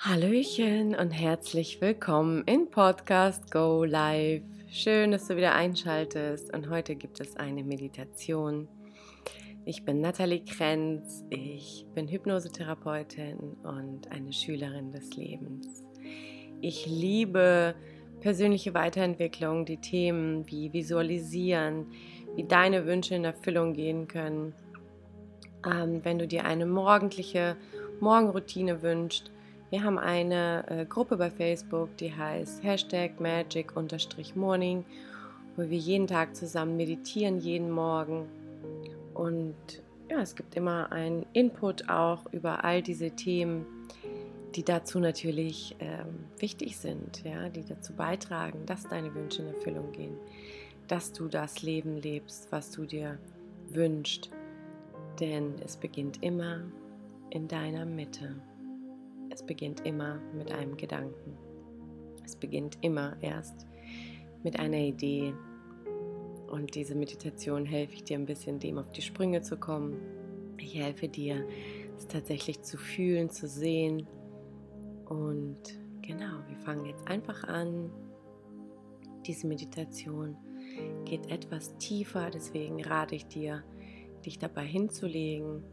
Hallöchen und herzlich willkommen im Podcast Go Live. Schön, dass du wieder einschaltest und heute gibt es eine Meditation. Ich bin Nathalie Krenz, ich bin Hypnosetherapeutin und eine Schülerin des Lebens. Ich liebe persönliche Weiterentwicklung, die Themen wie Visualisieren, wie deine Wünsche in Erfüllung gehen können. Wenn du dir eine morgendliche Morgenroutine wünschst, wir haben eine Gruppe bei Facebook, die heißt #magic_morning, wo wir jeden Tag zusammen meditieren, jeden Morgen. Und ja, es gibt immer einen Input auch über all diese Themen, die dazu natürlich wichtig sind, ja, die dazu beitragen, dass deine Wünsche in Erfüllung gehen, dass du das Leben lebst, was du dir wünschst. Denn es beginnt immer in deiner Mitte. Es beginnt immer mit einem Gedanken. Es beginnt immer erst mit einer Idee. Und diese Meditation helfe ich dir ein bisschen, dem auf die Sprünge zu kommen. Ich helfe dir, es tatsächlich zu fühlen, zu sehen. Und genau, wir fangen jetzt einfach an. Diese Meditation geht etwas tiefer, deswegen rate ich dir, dich dabei hinzulegen.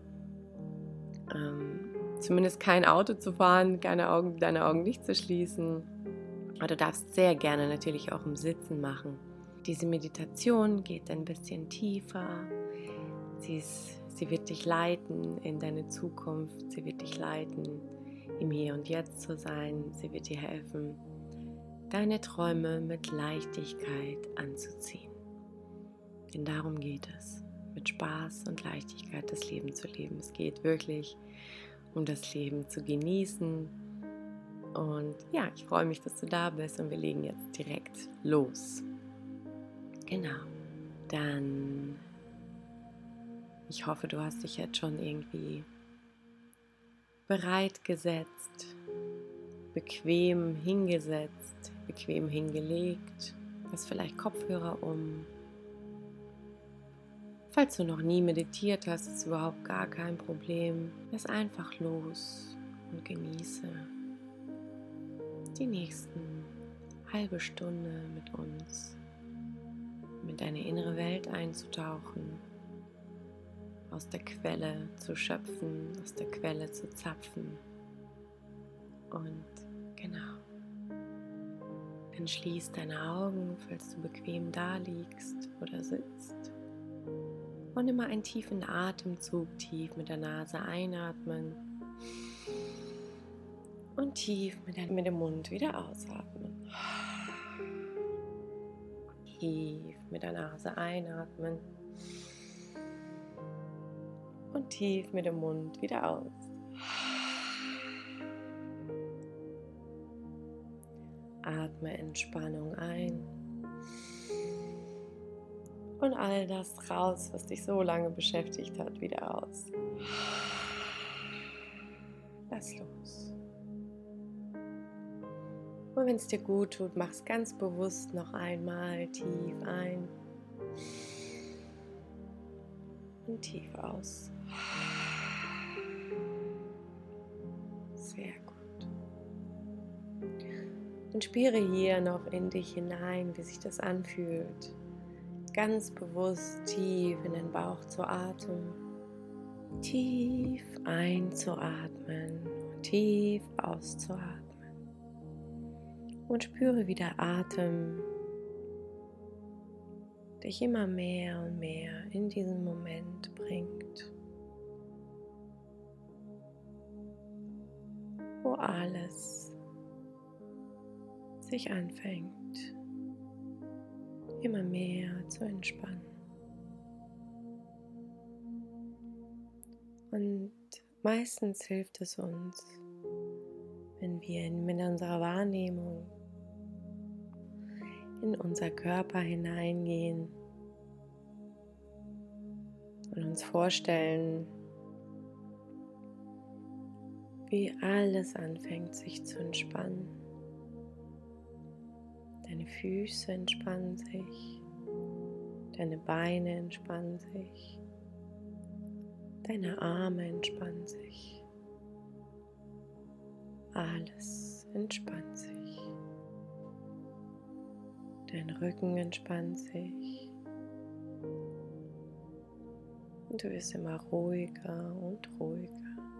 Zumindest kein Auto zu fahren, deine Augen nicht zu schließen. Aber du darfst sehr gerne natürlich auch im Sitzen machen. Diese Meditation geht ein bisschen tiefer. Sie wird dich leiten in deine Zukunft. Sie wird dich leiten, im Hier und Jetzt zu sein. Sie wird dir helfen, deine Träume mit Leichtigkeit anzuziehen. Denn darum geht es, mit Spaß und Leichtigkeit das Leben zu leben. Es geht wirklich um das Leben zu genießen. Und ja, ich freue mich, dass du da bist und wir legen jetzt direkt los. Genau, dann ich hoffe, du hast dich jetzt schon irgendwie bereit gesetzt, bequem hingesetzt, bequem hingelegt, hast vielleicht Kopfhörer um. Falls du noch nie meditiert hast, ist überhaupt gar kein Problem. Lass einfach los und genieße die nächsten halbe Stunde mit uns, mit deine innere Welt einzutauchen, aus der Quelle zu schöpfen, aus der Quelle zu zapfen. Und genau, dann schließ deine Augen, falls du bequem da liegst oder sitzt. Und nimm mal einen tiefen Atemzug, tief mit der Nase einatmen und tief mit dem Mund wieder ausatmen. Tief mit der Nase einatmen und tief mit dem Mund wieder aus. Atme Entspannung ein und all das raus, was dich so lange beschäftigt hat, wieder aus. Lass los. Und wenn es dir gut tut, mach es ganz bewusst noch einmal tief ein und tief aus. Sehr gut. Und spüre hier noch in dich hinein, wie sich das anfühlt. Ganz bewusst tief in den Bauch zu atmen. Tief einzuatmen und tief auszuatmen. Und spüre, wie der Atem dich immer mehr und mehr in diesen Moment bringt, wo alles sich anfängt, immer mehr zu entspannen. Und meistens hilft es uns, wenn wir mit unserer Wahrnehmung in unser Körper hineingehen und uns vorstellen, wie alles anfängt sich zu entspannen. Deine Füße entspannen sich, deine Beine entspannen sich, deine Arme entspannen sich. Alles entspannt sich. Dein Rücken entspannt sich. Und du wirst immer ruhiger und ruhiger.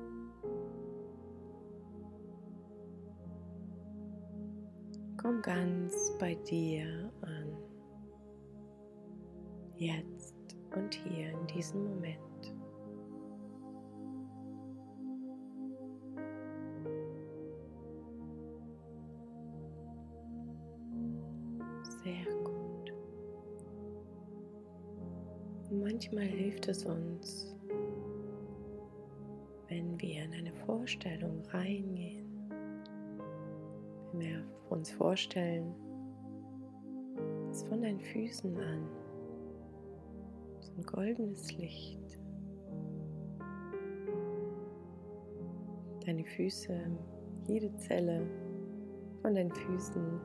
Komm ganz bei dir an. Jetzt und hier in diesem Moment. Sehr gut. Und manchmal hilft es uns, wenn wir in eine Vorstellung reingehen, wenn wir uns vorstellen, dass von deinen Füßen an so ein goldenes Licht deine Füße, jede Zelle von deinen Füßen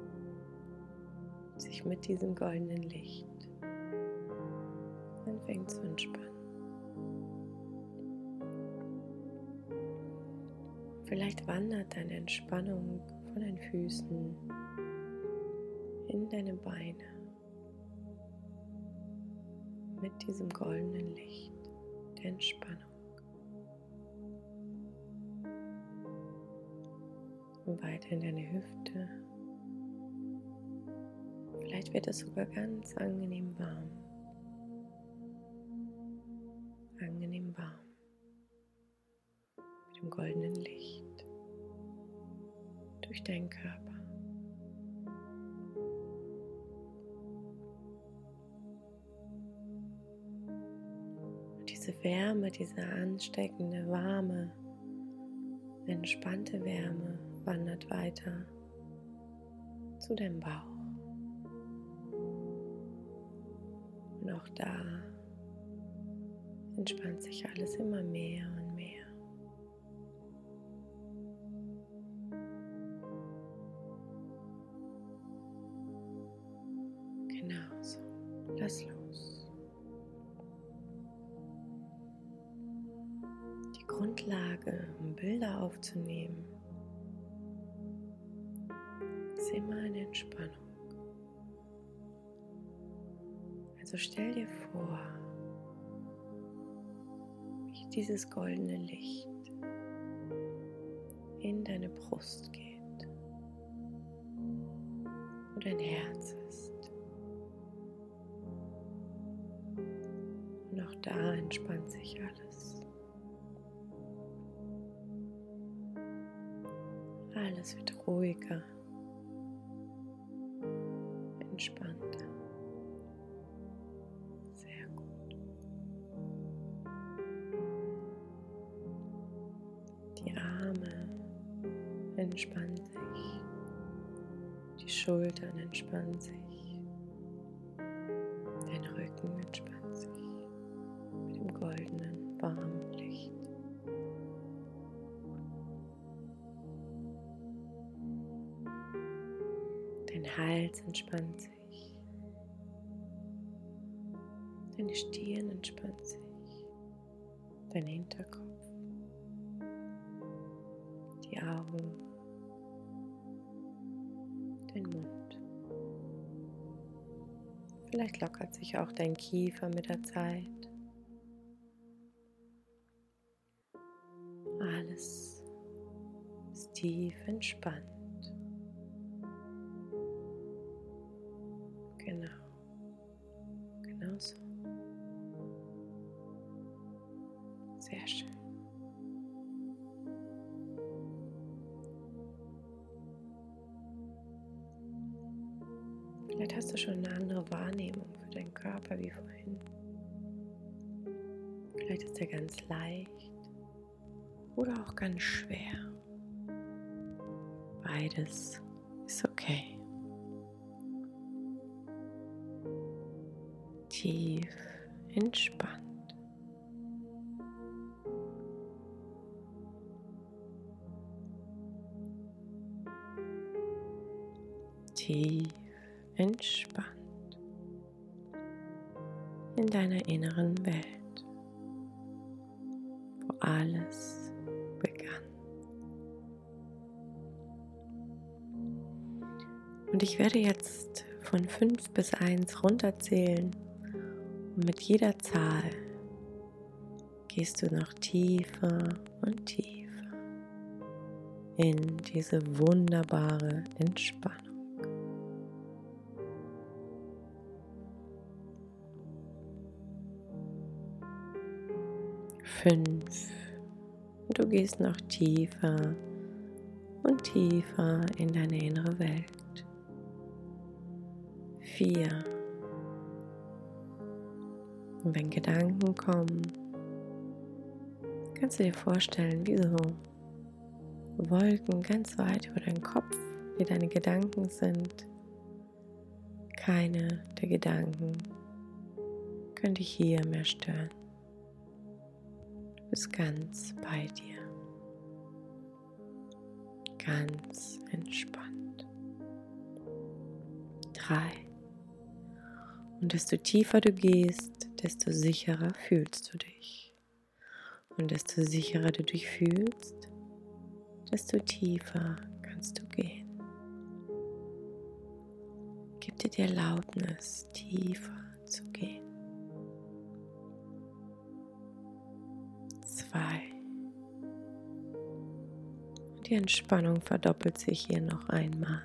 sich mit diesem goldenen Licht anfängt zu entspannen. Vielleicht wandert deine Entspannung von deinen Füßen in deine Beine mit diesem goldenen Licht der Entspannung. Und weiter in deine Hüfte. Vielleicht wird es sogar ganz angenehm warm. Angenehm warm. Mit dem goldenen Licht durch deinen Körper. Und diese Wärme, diese ansteckende, warme, entspannte Wärme wandert weiter zu deinem Bauch. Und auch da entspannt sich alles immer mehr und mehr. Genau so. Lass los. Die Grundlage, um Bilder aufzunehmen, ist immer eine Entspannung. Also stell dir vor, wie dieses goldene Licht in deine Brust geht, wo dein Herz ist. Und auch da entspannt sich alles. Alles wird ruhiger, entspannter. Sehr gut. Die Arme entspannen sich, die Schultern entspannen sich, dein Rücken entspannt sich mit dem goldenen, warmen Licht. Dein Hals entspannt sich, deine Stirn entspannt sich, dein Hinterkopf, die Augen, dein Mund. Vielleicht lockert sich auch dein Kiefer mit der Zeit. Alles ist tief entspannt. Genau, genau so. Sehr schön. Vielleicht hast du schon eine andere Wahrnehmung für deinen Körper wie vorhin. Vielleicht ist er ganz leicht oder auch ganz schwer. Beides ist okay. Tief entspannt. Tief entspannt in deiner inneren Welt, wo alles begann. Und ich werde jetzt von 5 bis 1 runterzählen und mit jeder Zahl gehst du noch tiefer und tiefer in diese wunderbare Entspannung. 5. Du gehst noch tiefer und tiefer in deine innere Welt. 4. Und wenn Gedanken kommen, kannst du dir vorstellen, wie so Wolken ganz weit über deinen Kopf, die deine Gedanken sind. Keine der Gedanken können dich hier mehr stören. Du bist ganz bei dir, ganz entspannt. 3. Und desto tiefer du gehst, desto sicherer fühlst du dich. Und desto sicherer du dich fühlst, desto tiefer kannst du gehen. Gib dir die Erlaubnis, tiefer zu gehen. 2. Und die Entspannung verdoppelt sich hier noch einmal.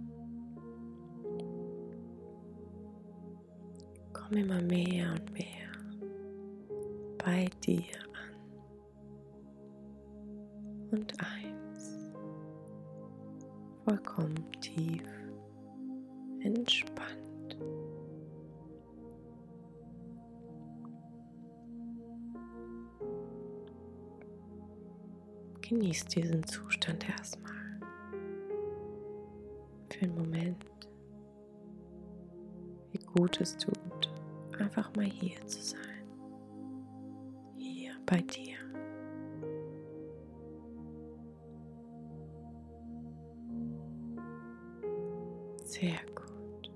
Komm immer mehr und mehr bei dir an. Und 1. Vollkommen tief entspannt. Genieß diesen Zustand erstmal für einen Moment, wie gut es tut, einfach mal hier zu sein, hier bei dir. Sehr gut.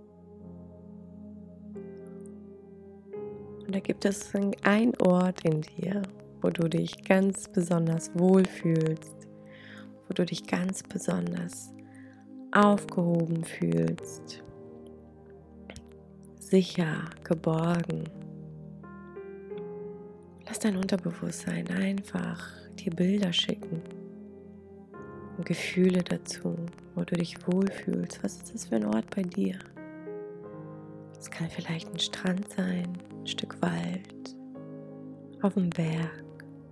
Und da gibt es einen Ort in dir, wo du dich ganz besonders wohlfühlst, wo du dich ganz besonders aufgehoben fühlst, sicher, geborgen. Lass dein Unterbewusstsein einfach dir Bilder schicken und Gefühle dazu, wo du dich wohlfühlst. Was ist das für ein Ort bei dir? Es kann vielleicht ein Strand sein, ein Stück Wald, auf dem Berg,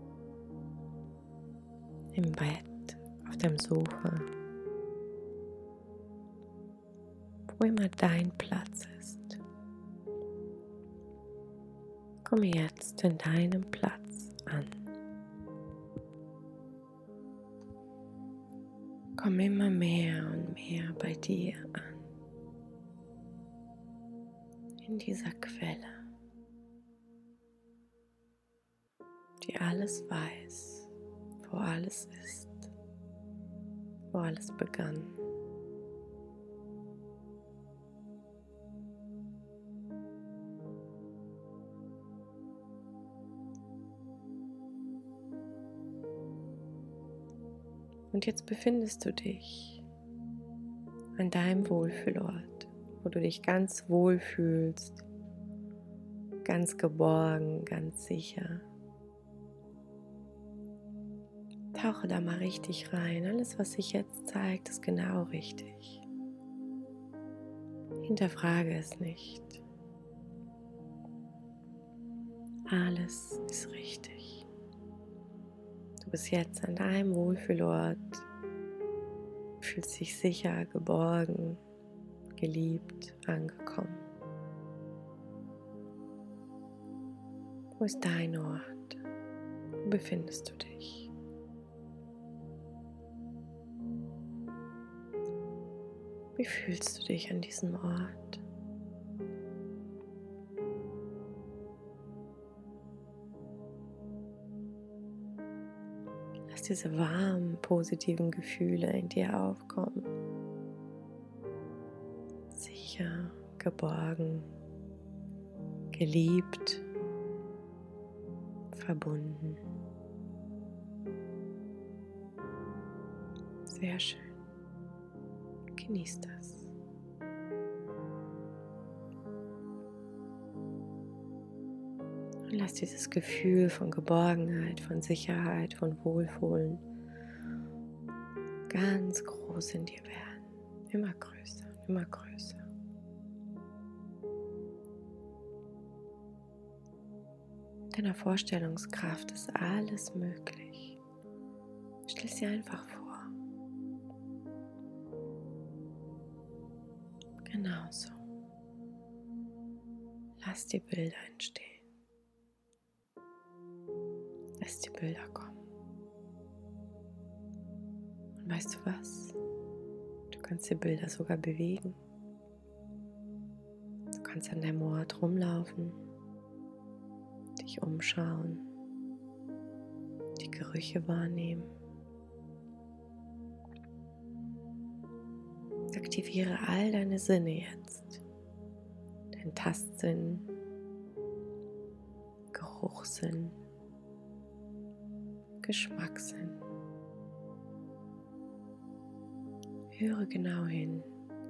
im Bett, auf deinem Sofa, wo immer dein Platz ist. Komme jetzt in deinem Platz an. Komm immer mehr und mehr bei dir an. In dieser Quelle, die alles weiß, wo alles ist, wo alles begann. Und jetzt befindest du dich an deinem Wohlfühlort, wo du dich ganz wohl fühlst, ganz geborgen, ganz sicher. Tauche da mal richtig rein. Alles, was sich jetzt zeigt, ist genau richtig. Hinterfrage es nicht. Alles ist richtig. Du bist jetzt an deinem Wohlfühlort, fühlst dich sicher, geborgen, geliebt, angekommen. Wo ist dein Ort? Wo befindest du dich? Wie fühlst du dich an diesem Ort? Lass diese warmen, positiven Gefühle in dir aufkommen. Sicher, geborgen, geliebt, verbunden. Sehr schön. Genieß das. Und lass dieses Gefühl von Geborgenheit, von Sicherheit, von Wohlfühlen ganz groß in dir werden. Immer größer, immer größer. Mit deiner Vorstellungskraft ist alles möglich. Stell es dir einfach vor. Genauso. Lass die Bilder entstehen. Lass die Bilder kommen. Und weißt du was? Du kannst die Bilder sogar bewegen. Du kannst an deinem Ort rumlaufen, dich umschauen, die Gerüche wahrnehmen. Aktiviere all deine Sinne jetzt. Dein Tastsinn, Geruchssinn, Geschmackssinn. Höre genau hin.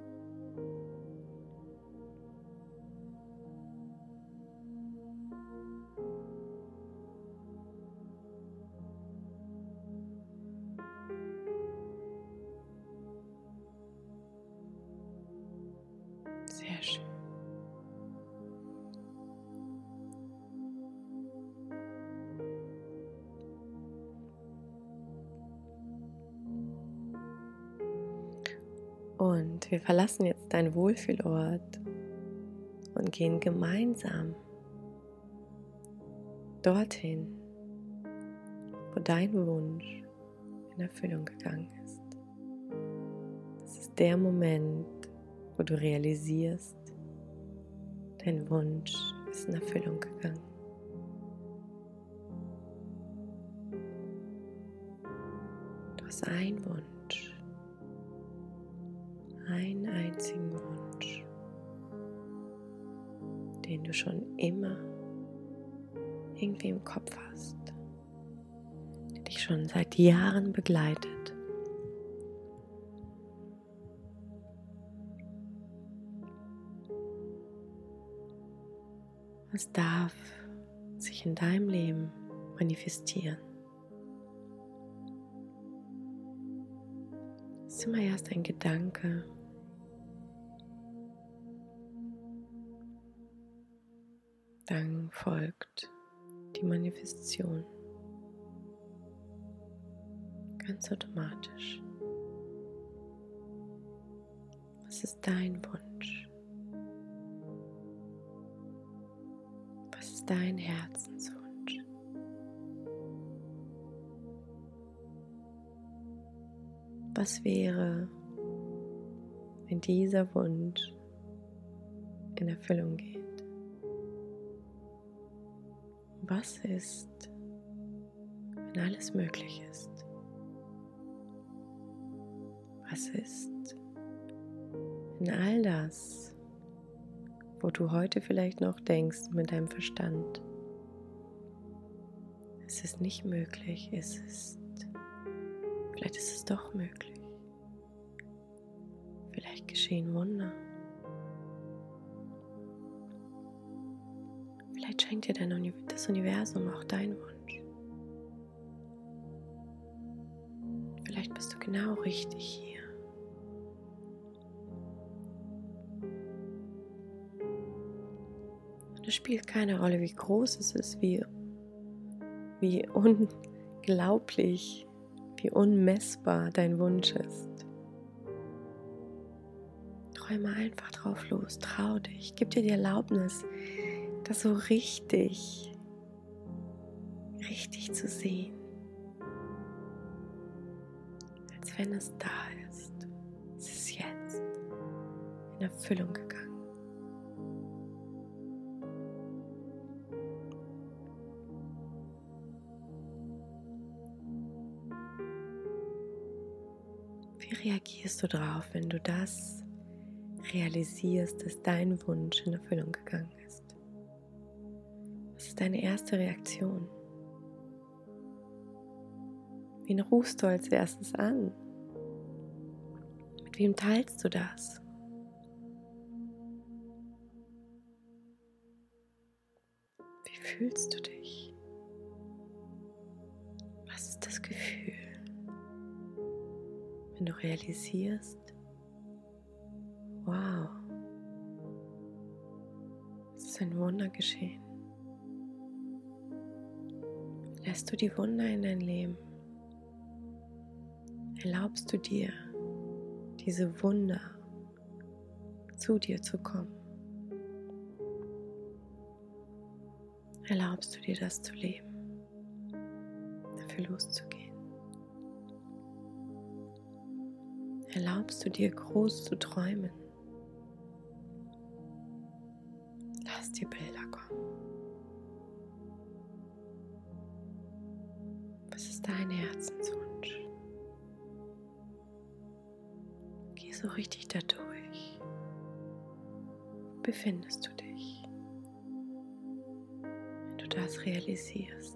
Sehr schön. Und wir verlassen jetzt deinen Wohlfühlort und gehen gemeinsam dorthin, wo dein Wunsch in Erfüllung gegangen ist. Das ist der Moment, wo du realisierst, dein Wunsch ist in Erfüllung gegangen. Du hast einen Wunsch, einen einzigen Wunsch, den du schon immer irgendwie im Kopf hast, der dich schon seit Jahren begleitet. Was darf sich in deinem Leben manifestieren? Es ist immer erst ein Gedanke, dann folgt die Manifestation. Ganz automatisch. Was ist dein Wunsch? Was ist dein Herzenswunsch? Was wäre, wenn dieser Wunsch in Erfüllung geht? Was ist, wenn alles möglich ist? Was ist, wenn all das, wo du heute vielleicht noch denkst mit deinem Verstand, es ist nicht möglich, vielleicht ist es doch möglich. Vielleicht geschehen Wunder. Vielleicht schenkt dir das Universum auch deinen Wunsch. Vielleicht bist du genau richtig hier. Und es spielt keine Rolle, wie groß es ist, wie unglaublich, wie unmessbar dein Wunsch ist. Träume einfach drauf los, trau dich, gib dir die Erlaubnis, das so richtig zu sehen, als wenn es da ist. Es ist jetzt in Erfüllung gegangen. Wie reagierst du darauf, wenn du das realisierst, dass dein Wunsch in Erfüllung gegangen ist? Was ist deine erste Reaktion? Wen rufst du als erstes an? Mit wem teilst du das? Wie fühlst du dich? Was ist das Gefühl, wenn du realisierst, wow, es ist ein Wunder geschehen? Lässt du die Wunder in dein Leben? Erlaubst du dir, diese Wunder zu dir zu kommen? Erlaubst du dir das zu leben, dafür loszugehen? Erlaubst du dir groß zu träumen? Lass dir Bilder kommen. Was ist dein Herzenswunsch? Geh so richtig da durch. Wo befindest du dich, wenn du das realisierst?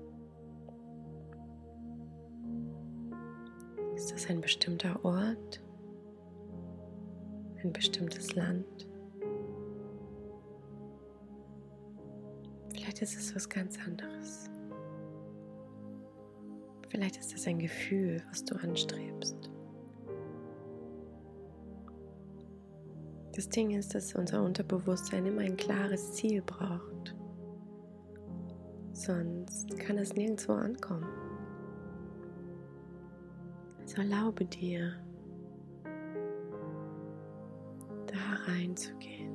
Ist das ein bestimmter Ort? Ein bestimmtes Land? Vielleicht ist es was ganz anderes. Vielleicht ist es ein Gefühl, was du anstrebst. Das Ding ist, dass unser Unterbewusstsein immer ein klares Ziel braucht. Sonst kann es nirgendwo ankommen. Also erlaube dir, da reinzugehen.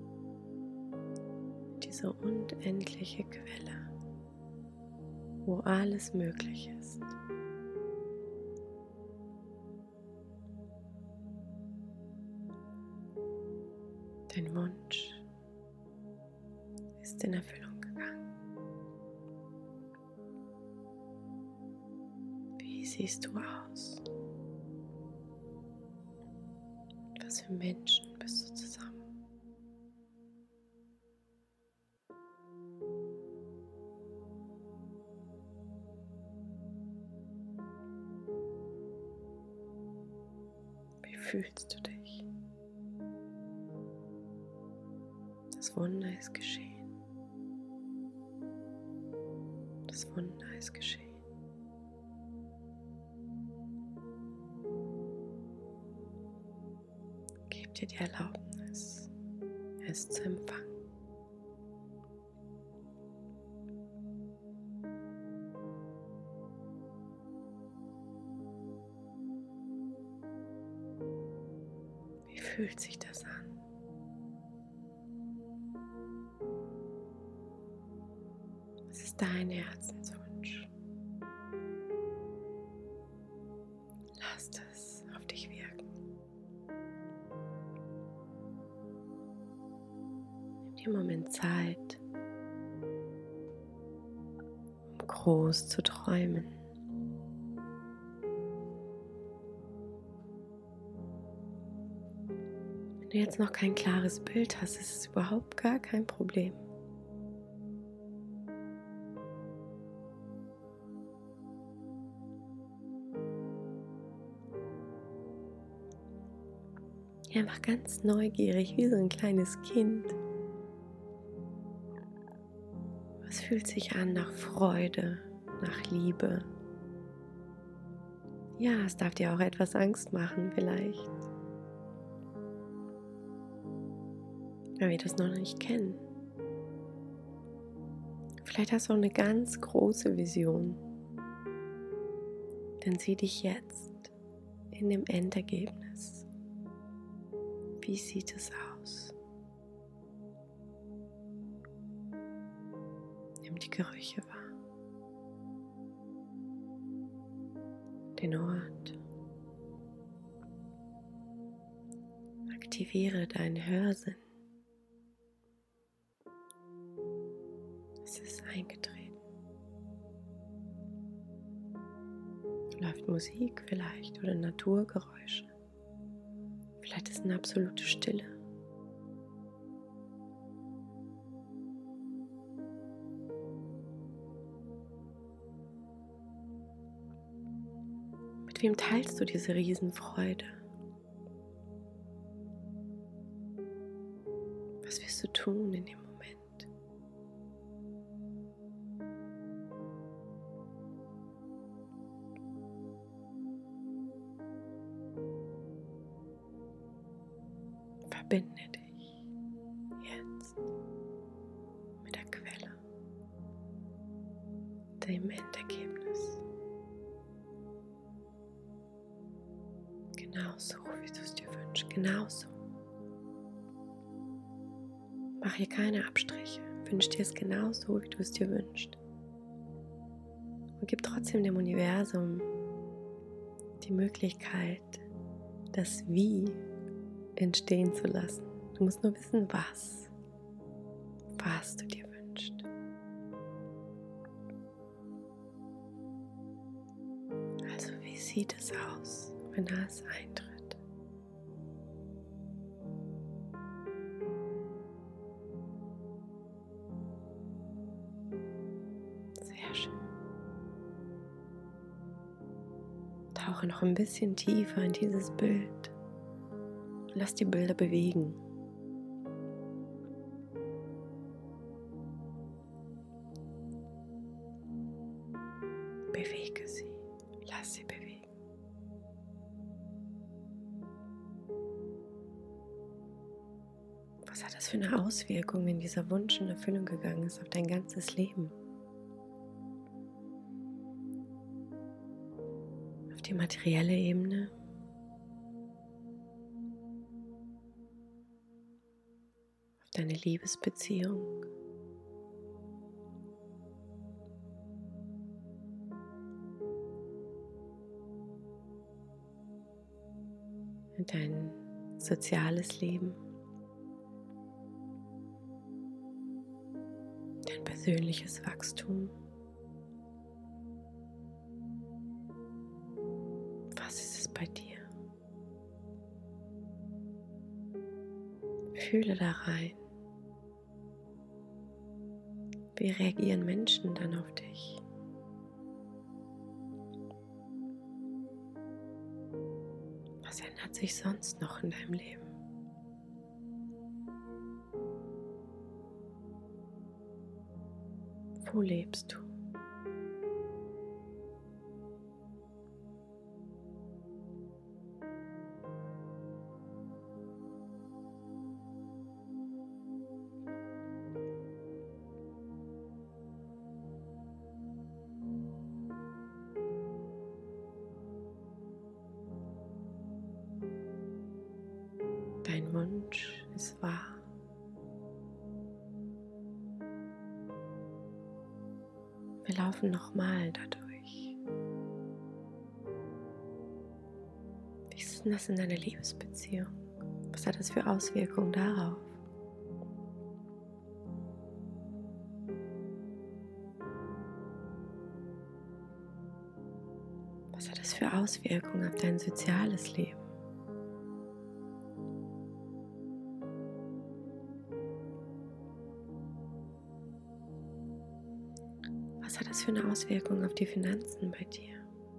Diese unendliche Quelle, wo alles möglich ist. Dein Wunsch ist in Erfüllung gegangen. Wie siehst du aus? Mit was für Menschen bist du zusammen? Wie fühlst du dich? Das Wunder ist geschehen. Das Wunder ist geschehen. Gib dir die Erlaubnis, es zu empfangen. Wie fühlt sich das an? Was ist dein Herzenswunsch? Lass es auf dich wirken. Nimm dir einen Moment Zeit, um groß zu träumen. Wenn du jetzt noch kein klares Bild hast, ist es überhaupt gar kein Problem. Einfach ganz neugierig, wie so ein kleines Kind. Was fühlt sich an nach Freude, nach Liebe? Ja, es darf dir auch etwas Angst machen vielleicht, weil wir das noch nicht kennen. Vielleicht hast du auch eine ganz große Vision. Dann sieh dich jetzt in dem Endergebnis. Wie sieht es aus? Nimm die Gerüche wahr, den Ort. Aktiviere deinen Hörsinn. Es ist eingetreten. Läuft Musik vielleicht oder Naturgeräusche. Vielleicht ist eine absolute Stille. Mit wem teilst du diese Riesenfreude? Was wirst du tun in dem Moment? Verbinde dich jetzt mit der Quelle, dem Endergebnis. Genauso, wie du es dir wünschst. Genauso. Mach hier keine Abstriche. Wünsch dir es genauso, wie du es dir wünschst. Und gib trotzdem dem Universum die Möglichkeit, das Wie entstehen zu lassen. Du musst nur wissen, was du dir wünschst. Also wie sieht es aus, wenn das eintritt? Sehr schön. Tauche noch ein bisschen tiefer in dieses Bild. Lass die Bilder bewegen. Bewege sie. Lass sie bewegen. Was hat das für eine Auswirkung, wenn dieser Wunsch in Erfüllung gegangen ist auf dein ganzes Leben? Auf die materielle Ebene? Auf deine Liebesbeziehung? In dein soziales Leben? Dein persönliches Wachstum? Was ist es bei dir? Fühle da rein. Wie reagieren Menschen dann auf dich? Was ändert sich sonst noch in deinem Leben? Wo lebst du? Dein Wunsch ist wahr. Wir laufen nochmal dadurch. Wie ist denn das in deiner Liebesbeziehung? Was hat das für Auswirkungen darauf? Was hat das für Auswirkungen auf dein soziales Leben? Was hat das für eine Auswirkung auf die Finanzen bei dir?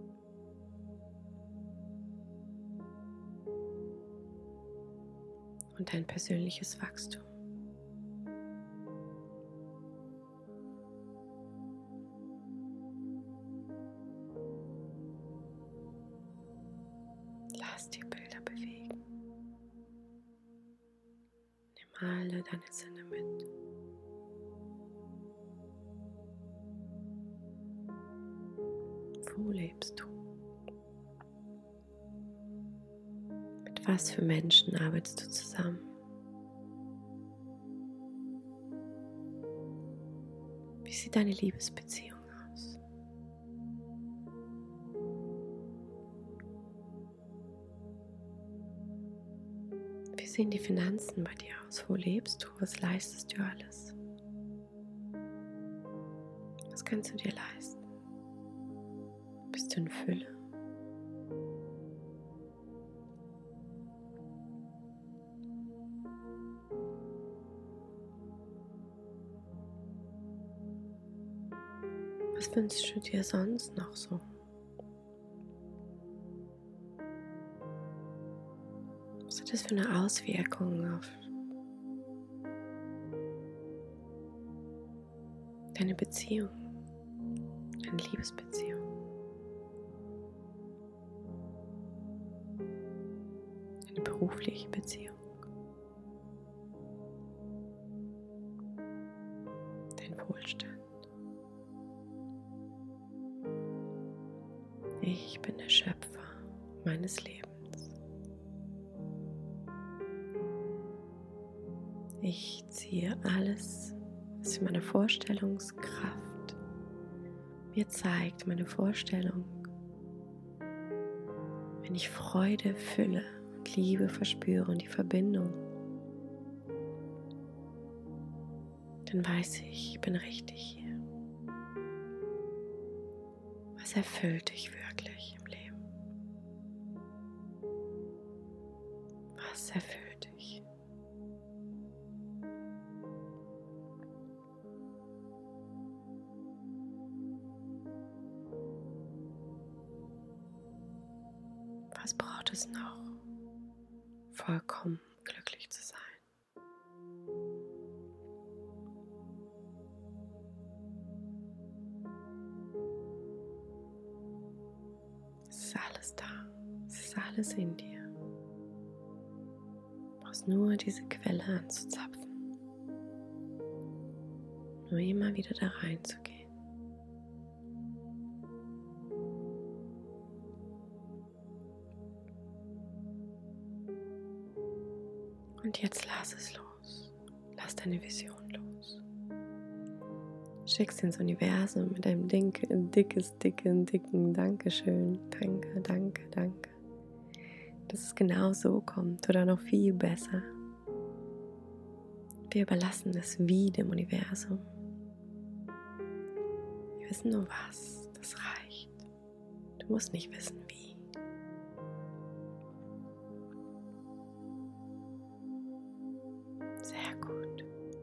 Und dein persönliches Wachstum? Lass die Bilder bewegen. Nimm alle deine Sinne mit. Wo lebst du? Mit was für Menschen arbeitest du zusammen? Wie sieht deine Liebesbeziehung aus? Wie sehen die Finanzen bei dir aus? Wo lebst du? Was leistest du alles? Was kannst du dir leisten? Bist du in Fülle? Was wünschst du dir sonst noch so? Was hat das für eine Auswirkung auf deine Beziehung, deine Liebesbeziehung, deine berufliche Beziehung? deines Lebens. Ich ziehe alles, was meine Vorstellungskraft mir zeigt, meine Vorstellung. Wenn ich Freude fühle und Liebe verspüre und die Verbindung, dann weiß ich bin richtig hier. Was erfüllt dich wirklich im Leben? Was erfüllt dich? Was braucht es noch, vollkommen glücklich zu sein? Es ist alles da. Es ist alles in dir. Du brauchst nur diese Quelle anzuzapfen. Nur immer wieder da reinzugehen. Und jetzt lass es los. Lass deine Vision los. Schick's ins Universum mit einem dicken Dankeschön. Danke, danke, danke. Dass es genau so kommt oder noch viel besser. Wir überlassen das Wie dem Universum. Wir wissen nur was, das reicht. Du musst nicht wissen wie. Sehr gut.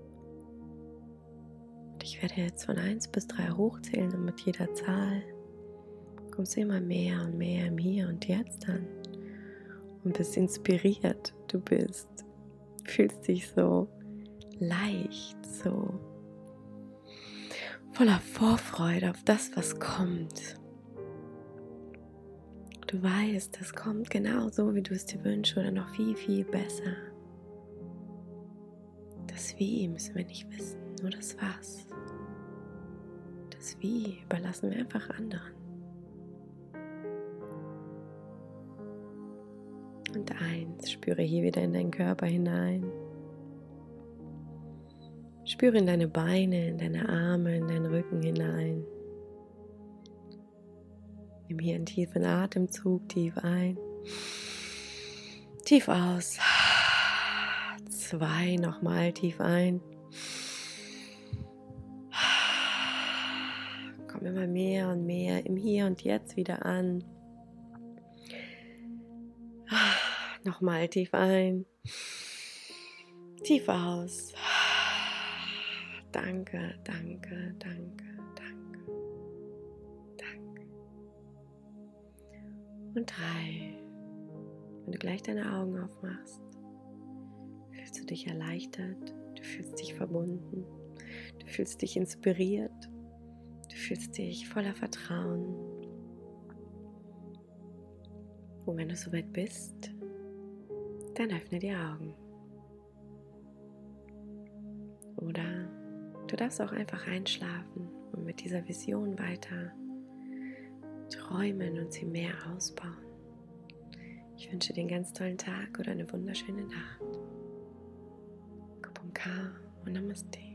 Und ich werde jetzt von 1 bis 3 hochzählen und mit jeder Zahl kommst du immer mehr und mehr im Hier und Jetzt an und bist inspiriert. Du fühlst dich so leicht, so voller Vorfreude auf das, was kommt. Du weißt, es kommt genau so, wie du es dir wünschst oder noch viel, viel besser. Das Wie müssen wir nicht wissen, nur das Was. Das Wie überlassen wir einfach anderen. Und 1, spüre hier wieder in deinen Körper hinein. Spüre in deine Beine, in deine Arme, in deinen Rücken hinein. Nimm hier einen tiefen Atemzug, tief ein, tief aus. 2, nochmal tief ein. Komm immer mehr und mehr im Hier und Jetzt wieder an. Nochmal tief ein, tief aus. Danke, danke, danke, danke, danke. Und 3. Wenn du gleich deine Augen aufmachst, fühlst du dich erleichtert, du fühlst dich verbunden, du fühlst dich inspiriert, du fühlst dich voller Vertrauen. Und wenn du soweit bist, dann öffne die Augen. Oder du darfst auch einfach einschlafen und mit dieser Vision weiter träumen und sie mehr ausbauen. Ich wünsche dir einen ganz tollen Tag oder eine wunderschöne Nacht. Kupum Ka und Namaste.